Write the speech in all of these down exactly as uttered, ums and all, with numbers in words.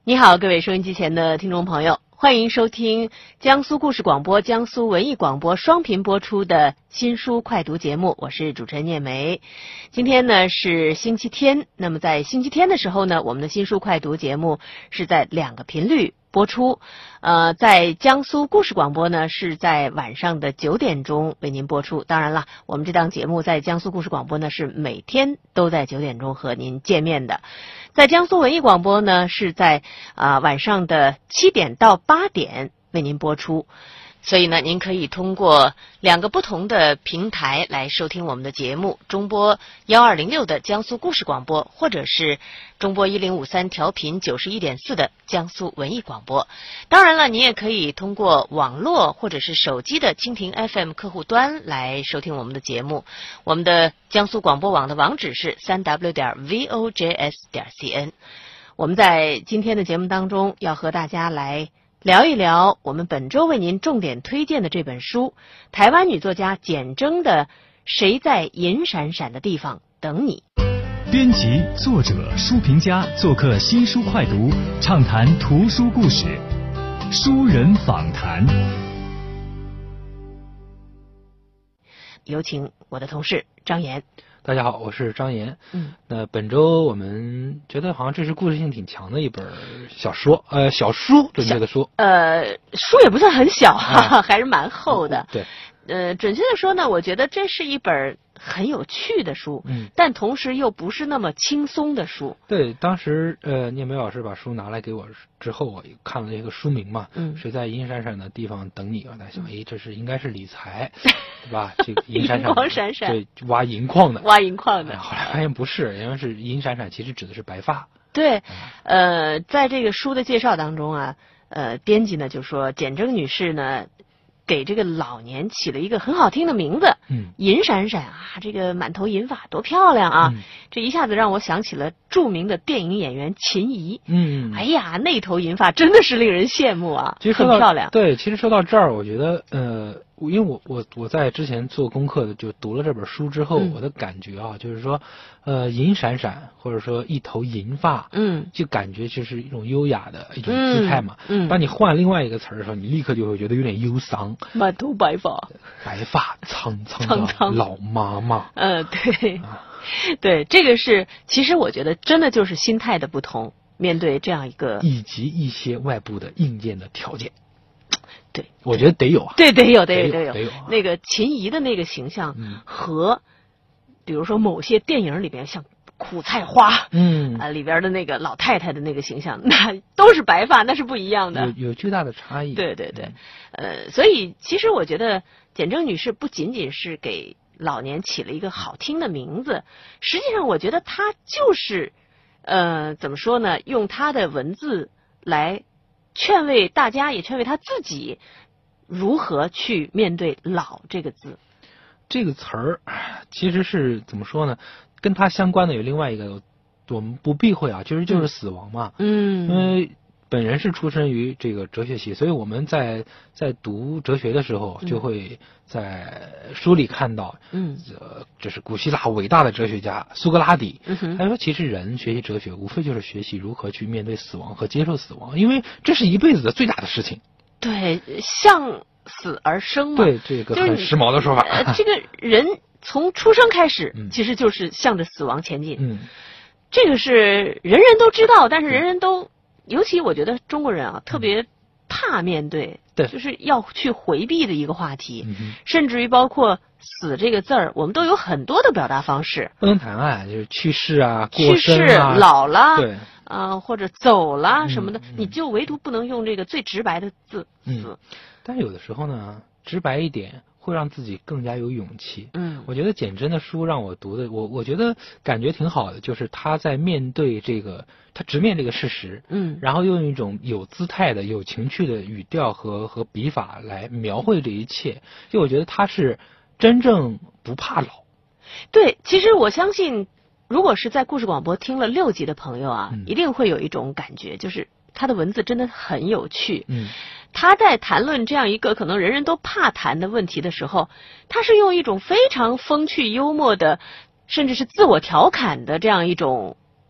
你好，各位收音机前的听众朋友，欢迎收听江苏故事广播、江苏文艺广播双频播出的新书快读节目，我是主持人聂梅。今天呢是星期天，那么在星期天的时候呢，我们的新书快读节目是在两个频率播出，呃，在江苏故事广播呢是在晚上的九点钟为您播出。当然了，我们这档节目在江苏故事广播呢是每天都在九点钟和您见面的。在江苏文艺广播呢是在啊、呃、晚上的七点到八点为您播出。所以呢，您可以通过两个不同的平台来收听我们的节目，中波幺二零六的江苏故事广播，或者是中波一零五三调频九十一点四的江苏文艺广播。当然了，你也可以通过网络或者是手机的蜻蜓 F M 客户端来收听我们的节目。我们的江苏广播网的网址是 三 w 点 v o j s 点 c n。我们在今天的节目当中要和大家来聊一聊我们本周为您重点推荐的这本书，台湾女作家简峥的《谁在银闪闪的地方等你》。 编辑、作者、书评家做客新书快读，畅谈图书故事，书人访谈。 有请我的同事张岩。 大家好，我是张岩。 嗯， 那本周我们觉得好像这是故事性挺强的一本小说，呃，小书，准确的说， 呃，书也不算很小哈、啊，还是蛮厚的。 对， 呃，准确的说呢，我觉得这是一本很有趣的书， 嗯， 但同时又不是那么轻松的书。 对，当时呃，聂梅老师把书拿来给我之后，我看了这个书名嘛， 嗯，谁在阴闪闪的地方等你？我在想，哎，这是应该是理财，对吧？这个银闪闪， 银光闪闪， 对，挖银矿的， 挖银矿的。 后来发现不是，因为是银闪闪，其实指的是白发。 对，呃，在这个书的介绍当中啊，呃，编辑呢就说，简峥女士呢给这个老年起了一个很好听的名字， 嗯， 银闪闪啊，这个满头银发多漂亮啊、 嗯！ 这一下子让我想起了著名的电影演员秦怡。 嗯， 哎呀，那头银发真的是令人羡慕啊， 其实很漂亮。 对，其实说到这儿，我觉得呃，因为我我我在之前做功课的就读了这本书之后， 嗯、 我的感觉啊，就是说，呃，银闪闪或者说一头银发， 嗯， 就感觉就是一种优雅的一种姿态嘛。 嗯，嗯当你换另外一个词儿的时候，你立刻就会觉得有点忧伤。 满头白发， 白发苍苍的老妈妈。 嗯、呃，对。啊对，这个是，其实我觉得真的就是心态的不同，面对这样一个， 以及一些外部的硬件的条件。 对， 我觉得得有啊。 对，得有，得有， 得有， 得有、啊。 那个秦怡的那个形象和， 嗯、 比如说某些电影里边像苦菜花， 嗯， 啊、呃、里边的那个老太太的那个形象，那都是白发，那是不一样的， 有有巨大的差异。 对对对，嗯、呃，所以其实我觉得简峥女士不仅仅是给老年起了一个好听的名字，实际上我觉得她就是呃怎么说呢，用她的文字来劝慰大家，也劝慰她自己如何去面对老这个字。 这个词儿其实是怎么说呢，跟它相关的有另外一个我们不避讳啊，就是就是死亡嘛。 嗯， 因为本人是出身于这个哲学系，所以我们在在读哲学的时候，就会在书里看到， 嗯， 呃，这是古希腊伟大的哲学家苏格拉底， 嗯、 他说，其实人学习哲学，无非就是学习如何去面对死亡和接受死亡，因为这是一辈子的最大的事情。 对，向死而生嘛。 对，这个很时髦的说法。 就是呃、这个人从出生开始，其实就是向着死亡前进。 嗯， 这个是人人都知道，但是人人都。尤其我觉得中国人啊，特别怕面对， 对， 就是要去回避的一个话题， 嗯、 甚至于包括死这个字儿，我们都有很多的表达方式。 不能谈啊，就是去世啊，过去身啊， 世、老了， 对， 啊、呃，或者走了什么的、 嗯， 你就唯独不能用这个最直白的字“ 嗯、 死”。 但有的时候呢，直白一点会让自己更加有勇气。 嗯， 我觉得简峥的书让我读的，我我觉得感觉挺好的，就是他在面对这个，他直面这个事实， 嗯， 然后用一种有姿态的、有情趣的语调和和笔法来描绘这一切。就我觉得他是真正不怕老。 对，其实我相信，如果是在故事广播听了六集的朋友啊， 嗯、 一定会有一种感觉，就是他的文字真的很有趣。 嗯。 他在谈论这样一个可能人人都怕谈的问题的时候，他是用一种非常风趣幽默的，甚至是自我调侃的这样一种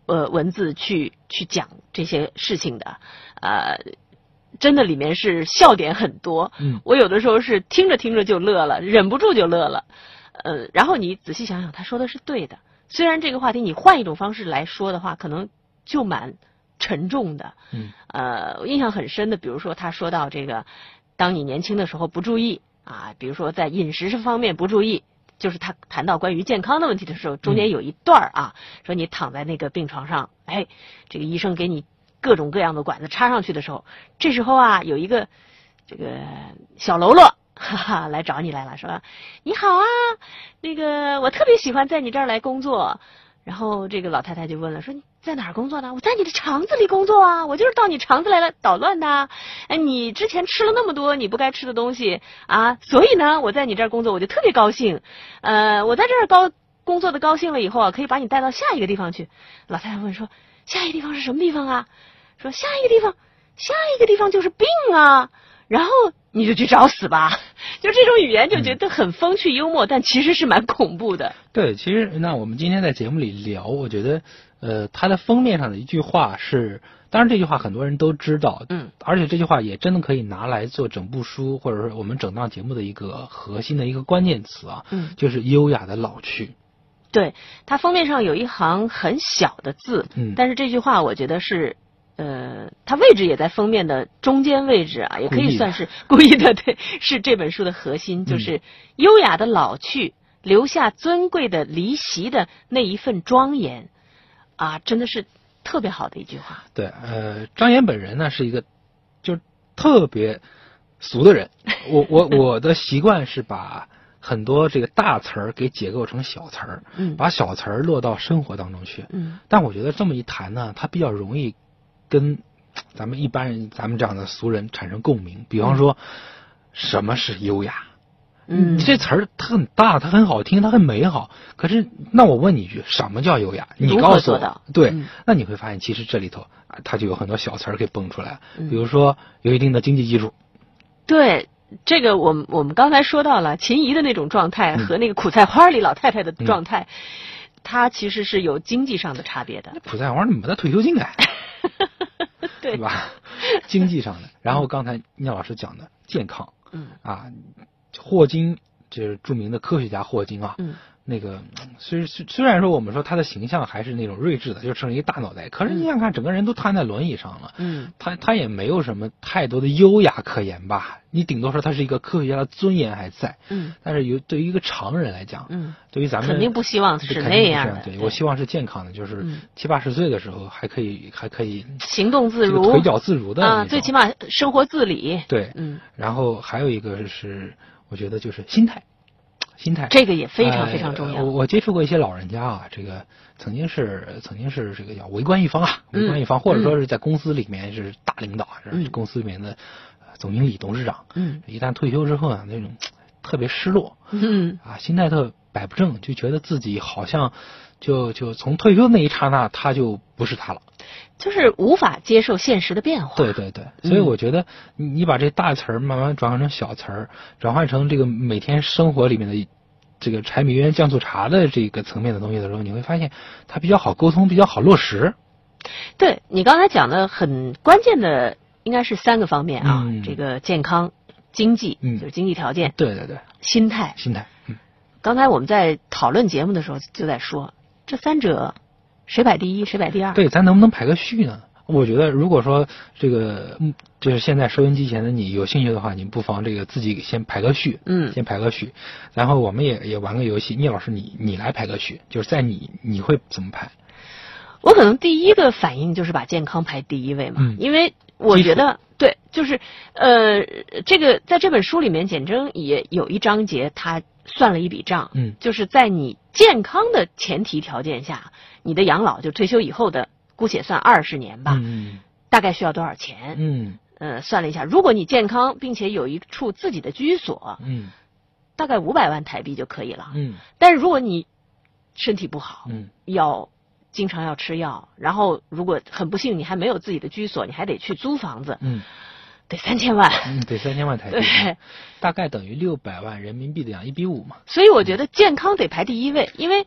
呃文字去去讲这些事情的，呃。真的里面是笑点很多， 嗯， 我有的时候是听着听着就乐了，忍不住就乐了，呃，然后你仔细想想，他说的是对的。虽然这个话题你换一种方式来说的话，可能就蛮沉重的， 嗯， 呃，我印象很深的，比如说他说到这个，当你年轻的时候不注意啊，比如说在饮食方面不注意。就是他谈到关于健康的问题的时候，中间有一段啊，说你躺在那个病床上，哎，这个医生给你各种各样的管子插上去的时候，这时候啊，有一个这个小喽啰，哈哈，来找你来了，说你好啊，那个我特别喜欢在你这儿来工作。然后这个老太太就问了，说你在哪儿工作呢？我在你的肠子里工作啊，我就是到你肠子来了捣乱的。哎，你之前吃了那么多你不该吃的东西啊，所以呢，我在你这儿工作我就特别高兴。呃，我在这儿高工作的高兴了以后啊，可以把你带到下一个地方去。老太太问说，下一个地方是什么地方啊？说下一个地方，下一个地方就是病啊。然后你就去找死吧，就这种语言就觉得很风趣幽默，嗯、但其实是蛮恐怖的。 对，其实那我们今天在节目里聊，我觉得，呃，它的封面上的一句话是，当然这句话很多人都知道， 嗯， 而且这句话也真的可以拿来做整部书或者说我们整档节目的一个核心的一个关键词啊， 嗯， 就是优雅的老去。 对，它封面上有一行很小的字， 嗯， 但是这句话我觉得是。呃，它位置也在封面的中间位置啊，也可以算是故意的，对，是这本书的核心，就是优雅的老去，留下尊贵的离席的那一份庄严，啊，真的是特别好的一句话。 对，呃，张岩本人呢是一个就特别俗的人，我我我的习惯是把很多这个大词儿给解构成小词儿， 嗯， 把小词儿落到生活当中去， 嗯， 但我觉得这么一谈呢，它比较容易跟咱们一般人，咱们这样的俗人产生共鸣。比方说，什么是优雅？ 嗯， 这词儿它很大，它很好听，它很美好。可是，那我问你一句，什么叫优雅？你告诉我。对， 嗯、 那你会发现，其实这里头啊，它就有很多小词儿给蹦出来。 嗯、 比如说，有一定的经济基础。 对。这个我们我们刚才说到了秦怡的那种状态和那个苦菜花里老太太的状态，嗯、它其实是有经济上的差别的。 苦菜花你没得退休金哎， 对吧？经济上的。然后刚才聂老师讲的健康， 嗯啊，霍金就是著名的科学家霍金啊， 嗯。 那个虽虽然说我们说他的形象还是那种睿智的，就剩一个大脑袋，可是你想看整个人都瘫在轮椅上了， 嗯， 他他也没有什么太多的优雅可言吧？你顶多说他是一个科学家的尊严还在， 嗯， 但是有对于一个常人来讲， 嗯， 对于咱们肯定不希望是那样的。 对，我希望是健康的，就是七八十岁的时候还可以还可以行动自如， 腿脚自如的啊，最起码生活自理。 对， 嗯， 然后还有一个是，我觉得就是心态。心态这个也非常非常重要。 呃、我我接触过一些老人家啊，这个曾经是曾经是这个叫为官一方啊，为官一方， 嗯、 或者说是在公司里面是大领导， 嗯、 是公司里面的总经理、董事长。 嗯， 一旦退休之后啊，那种特别失落， 嗯啊，心态特摆不正，就觉得自己好像就就从退休那一刹那，他就不是他了。 就是无法接受现实的变化。 对对对，所以我觉得你你把这大词儿慢慢转换成小词儿，转换成这个每天生活里面的这个柴米油盐酱醋茶的这个层面的东西的时候，你会发现它比较好沟通，比较好落实。 对，你刚才讲的很关键的应该是三个方面啊， 嗯、 这个健康、经济， 嗯， 就是经济条件， 对对对， 心态， 心态。嗯， 刚才我们在讨论节目的时候就在说，这三者谁排第一，谁排第二？ 对，咱能不能排个序呢？我觉得，如果说这个，嗯，就是现在收音机前的你有兴趣的话，你不妨这个自己先排个序， 嗯， 先排个序，然后我们也也玩个游戏，聂老师你你来排个序，就是在你你会怎么排？ 我可能第一个反应就是把健康排第一位嘛， 嗯， 因为我觉得对，就是呃，这个在这本书里面，简真也有一章节，他算了一笔账， 嗯， 就是在你健康的前提条件下，你的养老就退休以后的。姑且算二十年吧， 嗯， 大概需要多少钱？ 嗯， 呃，算了一下，如果你健康并且有一处自己的居所， 嗯， 大概五百万台币就可以了。 嗯， 但是如果你身体不好， 嗯， 要经常要吃药，然后如果很不幸你还没有自己的居所，你还得去租房子， 嗯， 得三千万， 嗯，得三千万台币， 对， 大概等于六百万人民币的样，一比五嘛。 所以我觉得健康得排第一位，因为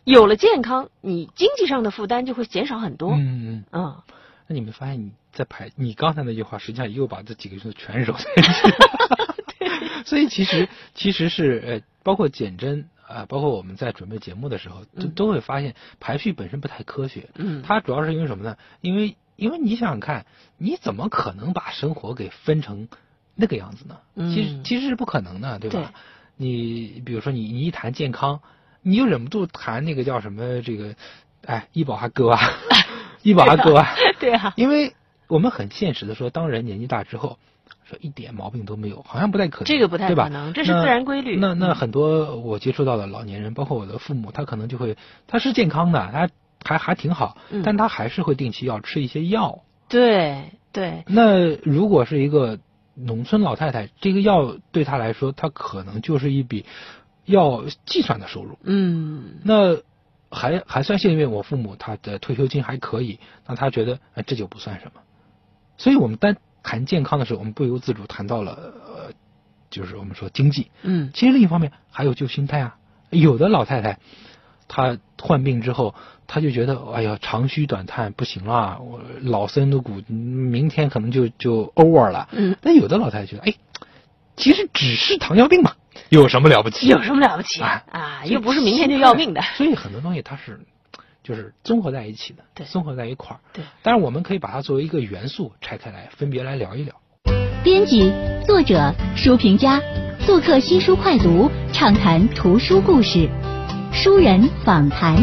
有了健康，你经济上的负担就会减少很多。 嗯嗯嗯， 那你没发现你在排你刚才那句话，实际上又把这几个因素全揉在一起。所以其实其实是呃，包括减针啊、呃，包括我们在准备节目的时候，都都会发现排序本身不太科学。 嗯， 它主要是因为什么呢？因为因为你想想看，你怎么可能把生活给分成那个样子呢？ 嗯， 其实其实是不可能的，对吧？ 对， 你比如说你你一谈健康，你就忍不住谈那个叫什么这个，哎，医保还割啊，医保还割啊， 对啊， 因为我们很现实的说，当人年纪大之后，说一点毛病都没有，好像不太可能， 这个不太可能，这是自然规律。 那那很多我接触到的老年人，包括我的父母，他可能就会，他是健康的，他还还挺好， 嗯、 但他还是会定期要吃一些药。 对对。 那如果是一个农村老太太，这个药对她来说，她可能就是一笔要计算的收入。 嗯。 那还还算幸运，我父母他的退休金还可以，那他觉得哎这就不算什么。所以我们单谈健康的时候，我们不由自主谈到了呃，就是我们说经济。 嗯。 其实另一方面还有救心态啊，有的老太太她患病之后，她就觉得哎呀长吁短叹不行了，我老三的骨明天可能就就 over 了。 嗯。 但有的老太太觉得哎，其实只是糖尿病嘛。有什么了不起？ 有什么了不起啊？啊，又不是明天就要命的。 所以很多东西它是，就是综合在一起的， 对， 综合在一块儿。 对， 但是我们可以把它作为一个元素拆开来，分别来聊一聊。 编辑、作者、书评家，做客新书快读，畅谈图书故事，书人访谈。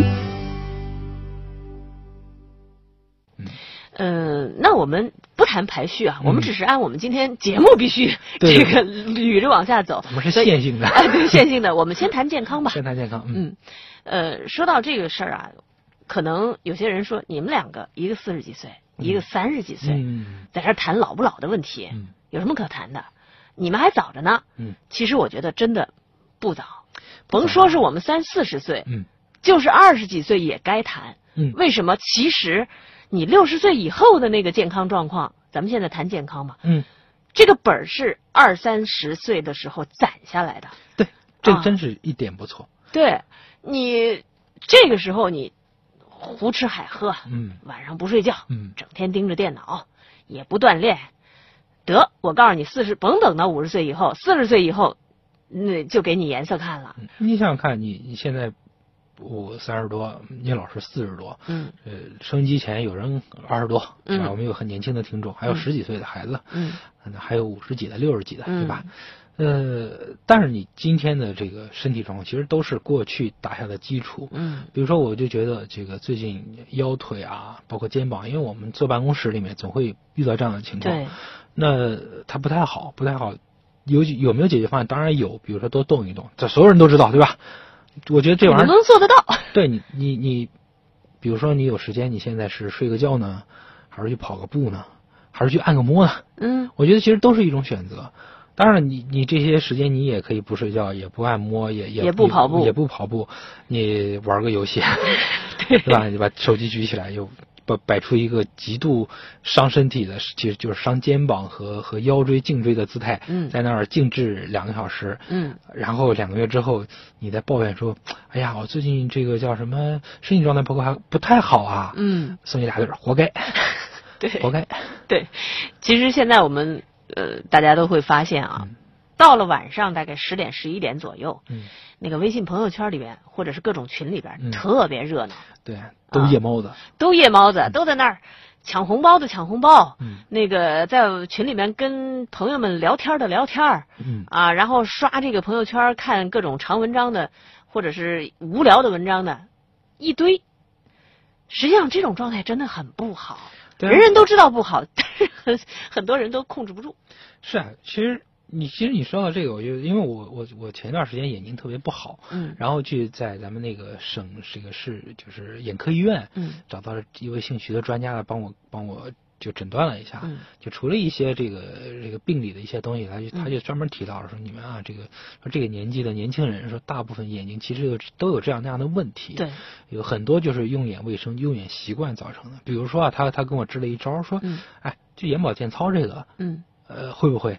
嗯、呃，那我们不谈排序啊，嗯、我们只是按我们今天节目必须这个捋着往下走。 我们是线性的， 哎，对，线性的。我们先谈健康吧。 先谈健康。嗯, 嗯，呃，说到这个事儿啊，可能有些人说，你们两个一个四十几岁，嗯、一个三十几岁， 嗯、 在这儿谈老不老的问题， 嗯、 有什么可谈的？你们还早着呢。 嗯， 其实我觉得真的不早，甭说是我们三四十岁， 嗯， 就是二十几岁也该谈。 嗯， 为什么？其实。你六十岁以后的那个健康状况，咱们现在谈健康嘛， 嗯， 这个本儿是二三十岁的时候攒下来的。 对，这个真是一点不错。 啊、对，你这个时候你胡吃海喝， 嗯， 晚上不睡觉， 嗯， 整天盯着电脑，也不锻炼，得，我告诉你，四十甭等到五十岁以后，四十岁以后，那就给你颜色看了。 嗯、你想想看，你你现在。我三十多，聂老师四十多， 嗯， 呃，收音机前有人二十多， 嗯， 我们有很年轻的听众，还有十几岁的孩子， 嗯， 还有五十几的、六十几的， 嗯、 对吧？呃，但是你今天的这个身体状况，其实都是过去打下的基础， 嗯， 比如说，我就觉得这个最近腰腿啊，包括肩膀，因为我们坐办公室里面总会遇到这样的情况， 对， 那它不太好，不太好，有有没有解决方案？当然有，比如说多动一动，这所有人都知道，对吧？我觉得这玩意儿能做得到。 对你，你你，比如说你有时间，你现在是睡个觉呢，还是去跑个步呢，还是去按个摩呢？ 嗯， 我觉得其实都是一种选择。当然你，你你这些时间你也可以不睡觉，也不按摩，也也也不跑步， 也不跑步，你玩个游戏，对吧？你把手机举起来，又摆摆出一个极度伤身体的，其实就是伤肩膀和和腰椎、颈椎的姿态， 嗯， 在那儿静置两个小时， 嗯， 然后两个月之后，你再抱怨说，哎呀，我最近这个叫什么身体状态不还不太好啊， 嗯， 送你俩字儿，活该， 对， 活该， 对。其实现在我们呃，大家都会发现啊， 嗯、 到了晚上大概十点、十一点左右， 嗯， 那个微信朋友圈里边或者是各种群里边、 嗯、 特别热闹， 对，都夜猫子， 啊、都夜猫子，嗯、都在那儿抢红包的抢红包， 嗯， 那个在群里面跟朋友们聊天的聊天， 嗯啊，然后刷这个朋友圈看各种长文章的或者是无聊的文章的一堆。实际上这种状态真的很不好。 对啊、 人人都知道不好，但是很很多人都控制不住。 是啊，其实你其实你说到这个，我就因为我我我前段时间眼睛特别不好， 嗯， 然后去在咱们那个省这个市就是眼科医院， 嗯， 找到了一位姓徐的专家来帮我帮我就诊断了一下， 嗯， 就除了一些这个这个病理的一些东西，他就他就专门提到了说你们啊这个说这个年纪的年轻人说大部分眼睛其实有都有这样那样的问题， 对， 有很多就是用眼卫生、用眼习惯造成的。比如说啊，他他跟我支了一招，说， 嗯， 哎，就眼保健操这个， 嗯， 呃，会不会？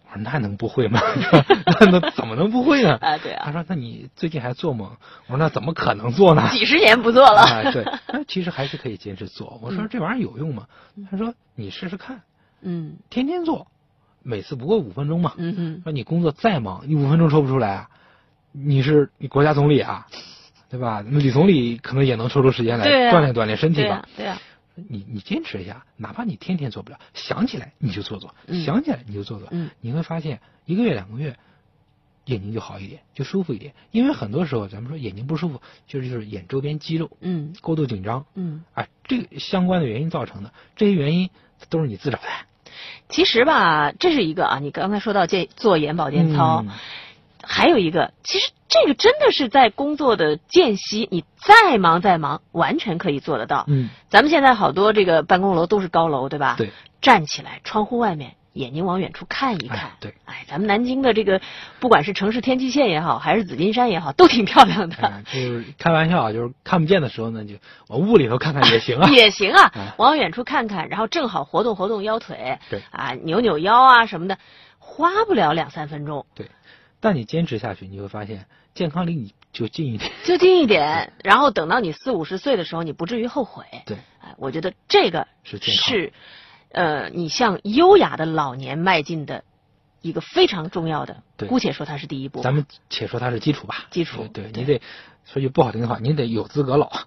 我说那能不会吗？那怎么能不会呢？ 啊，对啊。 他说那你最近还做吗？我说那怎么可能做呢？ 几十年不做了。 啊，对，那其实还是可以坚持做。我说这玩意儿有用吗？他说你试试看。 嗯， 天天做，每次不过五分钟嘛。 嗯哼。 说你工作再忙，你五分钟抽不出来啊？你是你国家总理啊，对吧？那李总理可能也能抽出时间来锻炼锻炼身体吧。 对啊。 你你坚持一下，哪怕你天天做不了，想起来你就做做， 嗯、 想起来你就做做， 嗯， 你会发现一个月两个月，眼睛就好一点，就舒服一点。因为很多时候咱们说眼睛不舒服，就是就是眼周边肌肉嗯过度紧张嗯啊，这个相关的原因造成的，这些原因都是你自找的。 其实吧，这是一个啊，你刚才说到这做眼保健操， 嗯、 还有一个，其实这个真的是在工作的间隙，你再忙再忙，完全可以做得到。 嗯， 咱们现在好多这个办公楼都是高楼，对吧？ 对， 站起来，窗户外面，眼睛往远处看一看。 哎、对， 哎，咱们南京的这个，不管是城市天际线也好，还是紫金山也好，都挺漂亮的。 哎、就是开玩笑，就是看不见的时候呢，就往屋里头看看也行啊。 也行啊， 哎、 往远处看看，然后正好活动活动腰腿。 对， 啊，扭扭腰啊什么的，花不了两三分钟。 对，但你坚持下去，你会发现健康离你就近一点， 就近一点。然后等到你四五十岁的时候，你不至于后悔。 对， 哎，我觉得这个是健康是，呃，你向优雅的老年迈进的一个非常重要的，姑且说它是第一步。 咱们且说它是基础吧。 基础， 对，对你得说句不好听的话，你得有资格老。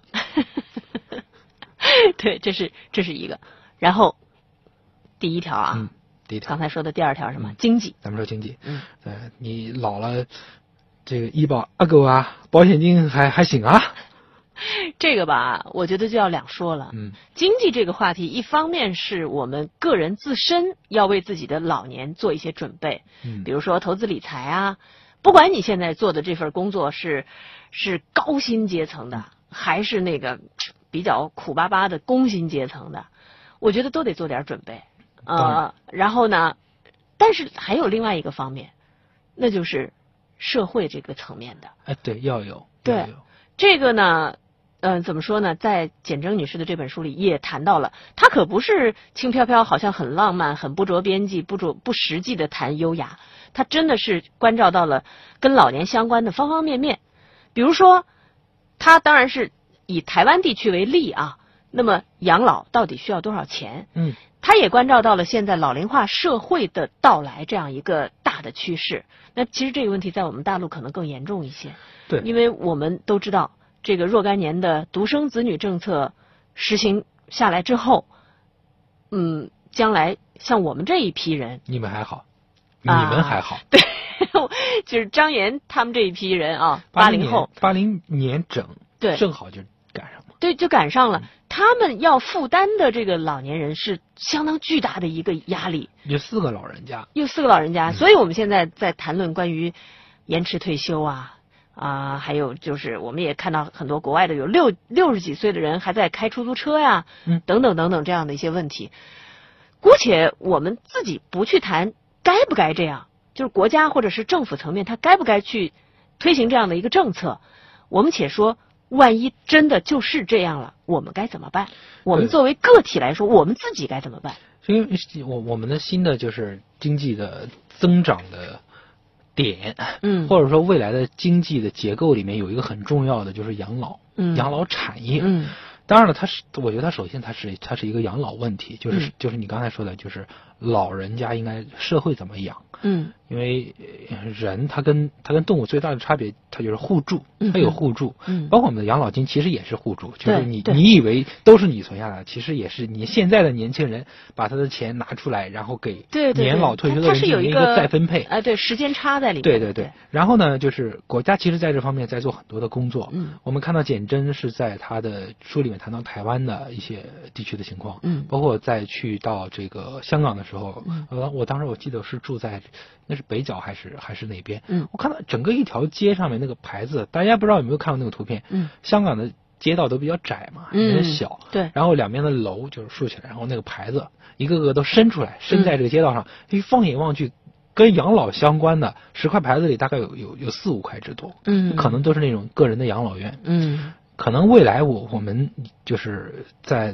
对，这是这是一个。然后第一条啊。 嗯第一条， 刚才说的第二条是什么？ 嗯、 经济。 咱们说经济， 嗯， 对，你老了，这个医保阿狗啊，保险金还还行啊。 这个吧，我觉得就要两说了。 嗯， 经济这个话题，一方面是我们个人自身要为自己的老年做一些准备， 嗯， 比如说投资理财啊，不管你现在做的这份工作是是高薪阶层的，还是那个比较苦巴巴的工薪阶层的，我觉得都得做点准备。呃，然后呢，但是还有另外一个方面，那就是社会这个层面的。 哎，对，要有。 对， 要有这个呢，嗯、呃，怎么说呢？在简征女士的这本书里也谈到了，她可不是轻飘飘，好像很浪漫、很不着边际、不着不实际的谈优雅，她真的是关照到了跟老年相关的方方面面。比如说，她当然是以台湾地区为例啊，那么养老到底需要多少钱？ 嗯。 他也关照到了现在老龄化社会的到来这样一个大的趋势。那其实这个问题在我们大陆可能更严重一些。 对， 因为我们都知道，这个若干年的独生子女政策实行下来之后，嗯，将来像我们这一批人， 你们还好， 啊、 你们还好， 对，就是张岩他们这一批人啊，八零后， 八零年整， 对， 正好就赶上了， 对，就赶上了。他们要负担的这个老年人是相当巨大的一个压力， 有四个老人家， 有四个老人家， 嗯、 所以我们现在在谈论关于延迟退休啊啊、呃，还有就是我们也看到很多国外的有六六十几岁的人还在开出租车呀， 嗯， 等等等等这样的一些问题。姑且我们自己不去谈该不该这样，就是国家或者是政府层面，它该不该去推行这样的一个政策，我们且说。万一真的就是这样了，我们该怎么办？我们作为个体来说，我们自己该怎么办？ 因为我我们的新的就是经济的增长的点， 嗯， 或者说未来的经济的结构里面有一个很重要的就是养老， 嗯， 养老产业， 嗯， 当然了，它是我觉得它首先它是它是一个养老问题，就是、 嗯、 就是你刚才说的，就是老人家应该社会怎么养， 嗯， 因为人他跟他跟动物最大的差别，它就是互助，它有互助， 嗯， 包括我们的养老金其实也是互助，就是你你以为都是你存下来的，其实也是你现在的年轻人把他的钱拿出来，然后给年老退休的人进行一个再分配， 啊、呃，对，时间差在里面， 对对对。然后呢，就是国家其实在这方面在做很多的工作， 嗯， 我们看到简真是在他的书里面谈到台湾的一些地区的情况， 嗯， 包括在去到这个香港的时候， 嗯， 呃，我当时我记得是住在那是北角还是还是哪边， 嗯， 我看到整个一条街上面那个牌子，大家不知道有没有看过那个图片， 嗯， 香港的街道都比较窄嘛， 嗯， 很小， 对， 然后两边的楼就是竖起来，然后那个牌子一个个都伸出来，伸在这个街道上，一、嗯、放眼望去。跟养老相关的十块牌子里大概有有有四五块之多， 嗯， 可能都是那种个人的养老院， 嗯， 可能未来我我们就是在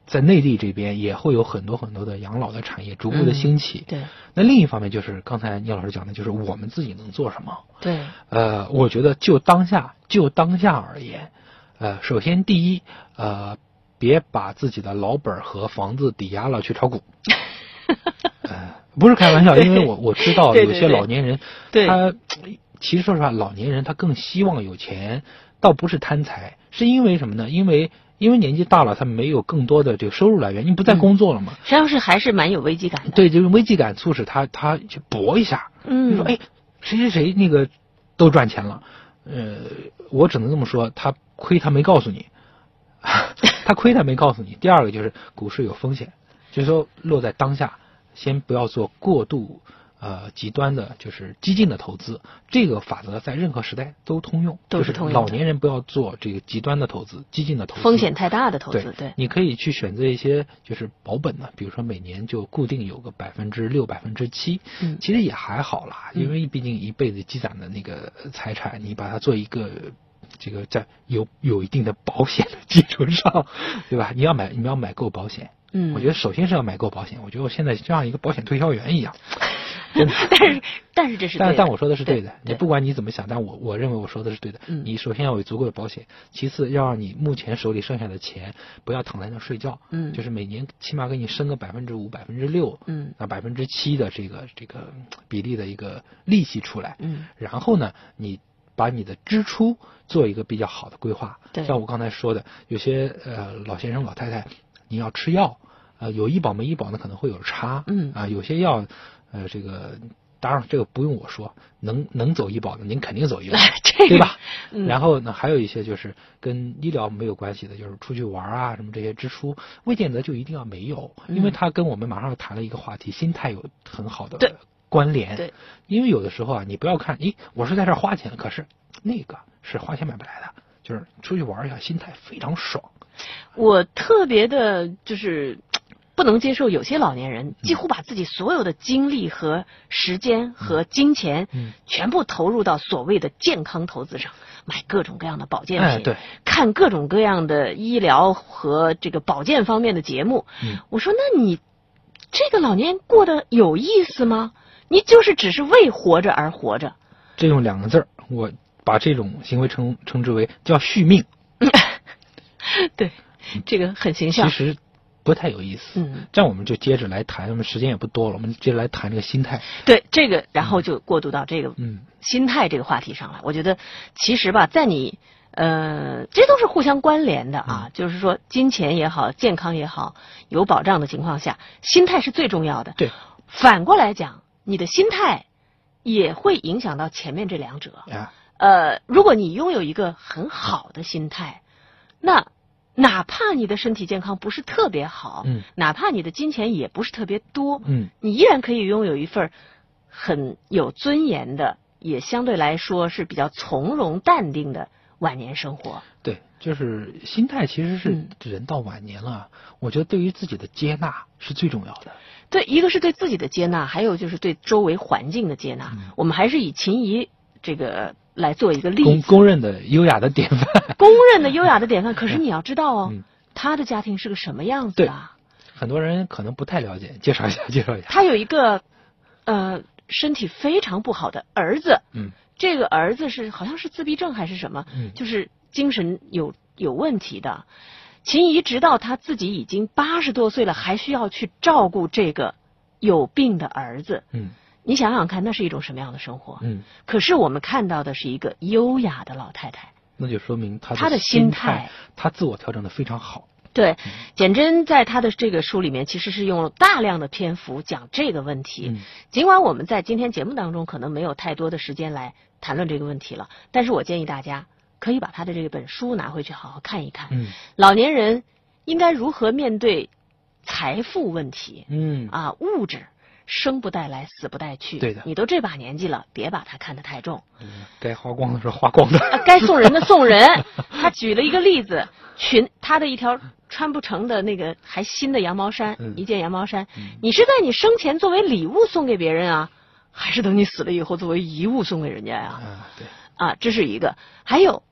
在内地这边也会有很多很多的养老的产业逐步的兴起。 嗯、对。 那另一方面就是刚才聂老师讲的，就是我们自己能做什么？ 对。 呃，我觉得就当下就当下而言，呃，首先第一，呃，别把自己的老本和房子抵押了去炒股。呃，不是开玩笑，因为我我知道有些老年人， 对对对他其实说实话，老年人他更希望有钱，倒不是贪财，是因为什么呢？因为因为年纪大了，他没有更多的这个收入来源，你不再工作了嘛。 嗯、实际上是还是蛮有危机感的。 对，就是危机感促使他他去搏一下。 嗯， 你说哎，谁谁谁那个都赚钱了，呃，我只能这么说，他亏他没告诉你，他亏他没告诉你。第二个就是股市有风险，就是说落在当下，先不要做过度。呃，极端的就是激进的投资，这个法则在任何时代都通用， 都是通用的。 就是老年人不要做这个极端的投资、激进的投资， 风险太大的投资。 对， 对， 你可以去选择一些就是保本的，比如说每年就固定有个百分之六、百分之七， 嗯， 其实也还好啦，因为毕竟一辈子积攒的那个财产，你把它做一个。这个在有有一定的保险的基础上，对吧？你要买，你要买够保险。 嗯， 我觉得首先是要买够保险。我觉得我现在就像一个保险推销员一样。真的但是但是这是对的， 但但我说的是对的。 对你不管你怎么想，但我我认为我说的是对的。 嗯， 你首先要有足够的保险，其次要让你目前手里剩下的钱不要躺在那睡觉。 嗯， 就是每年起码给你升个百分之五、百分之六， 嗯， 那百分之七的这个这个比例的一个利息出来。 嗯， 然后呢，你。把你的支出做一个比较好的规划， 对， 像我刚才说的，有些呃老先生老太太，你要吃药，呃有医保没医保呢可能会有差， 嗯啊、呃、有些药，呃这个当然这个不用我说，能能走医保的您肯定走医保， 这个、 对吧？ 嗯、 然后呢还有一些就是跟医疗没有关系的，就是出去玩啊什么这些支出，未见得就一定要没有，因为它跟我们马上要谈了一个话题，心态有很好的。 对。 关联， 对， 因为有的时候啊，你不要看，咦，我是在这儿花钱，可是那个是花钱买不来的，就是出去玩一下，心态非常爽。 我特别的就是不能接受有些老年人几乎把自己所有的精力和时间和金钱， 嗯， 全部投入到所谓的健康投资上，买各种各样的保健品， 哎、对， 看各种各样的医疗和这个保健方面的节目。 嗯， 我说，那你这个老年过得有意思吗？你就是只是为活着而活着， 这用两个字儿，我把这种行为称称之为叫续命。 对，这个很形象。 其实不太有意思。 嗯， 这样我们就接着来谈，我们时间也不多了，我们接着来谈这个心态。 对，这个然后就过渡到这个嗯心态这个话题上来。我觉得其实吧，在你呃，这都是互相关联的啊。 嗯、就是说，金钱也好，健康也好，有保障的情况下，心态是最重要的。 对， 反过来讲。你的心态也会影响到前面这两者。 啊， 呃，如果你拥有一个很好的心态，那哪怕你的身体健康不是特别好， 嗯， 哪怕你的金钱也不是特别多， 嗯， 你依然可以拥有一份很有尊严的，也相对来说是比较从容淡定的晚年生活。 对，就是心态其实是人到晚年了，嗯、我觉得对于自己的接纳是最重要的。 对，一个是对自己的接纳，还有就是对周围环境的接纳。嗯、我们还是以秦怡这个来做一个例子， 公公认的优雅的典范， 公认的优雅的典范。可是你要知道哦，嗯、他的家庭是个什么样子啊？ 很多人可能不太了解，介绍一下，介绍一下。 他有一个呃身体非常不好的儿子， 嗯， 这个儿子是好像是自闭症还是什么， 嗯， 就是精神有有问题的。秦怡直到他自己已经八十多岁了，还需要去照顾这个有病的儿子。 嗯， 你想想看，那是一种什么样的生活？ 嗯， 可是我们看到的是一个优雅的老太太， 那就说明她她的心态， 她自我调整的非常好。 对，简真在他的这个书里面其实是用了大量的篇幅讲这个问题。 嗯， 尽管我们在今天节目当中可能没有太多的时间来谈论这个问题了，但是我建议大家可以把他的这本书拿回去好好看一看。 嗯， 老年人应该如何面对财富问题？ 嗯啊，物质生不带来，死不带去。 对的， 你都这把年纪了，别把它看得太重。 嗯，该花光的时候花光的， 啊、该送人的送人。他举了一个例子，裙他的一条穿不成的那个还新的羊毛衫， 嗯、 一件羊毛衫， 嗯、 你是在你生前作为礼物送给别人啊，还是等你死了以后作为遗物送给人家呀？ 啊，对。 啊，这是一个。还有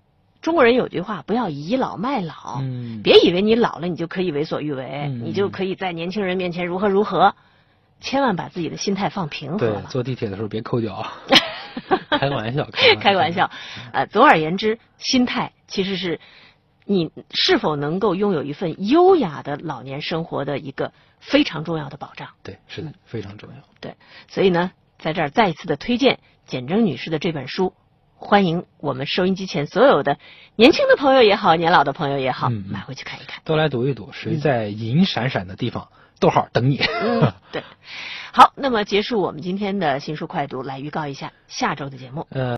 中国人有句话，不要倚老卖老。 嗯， 别以为你老了你就可以为所欲为， 嗯、 你就可以在年轻人面前如何如何。千万把自己的心态放平和了。 对，坐地铁的时候别抠脚。开个玩笑， 开个玩笑。呃，总而言之，心态其实是你是否能够拥有一份优雅的老年生活的一个非常重要的保障。 对，是的，非常重要。 对，所以呢，在这儿再一次的推荐简峥女士的这本书，欢迎我们收音机前所有的年轻的朋友也好，年老的朋友也好，嗯、买回去看一看， 都来读一读。谁在银闪闪的地方，逗号等你。 嗯，对。好，那么结束我们今天的新书快读，来预告一下下周的节目。 呃。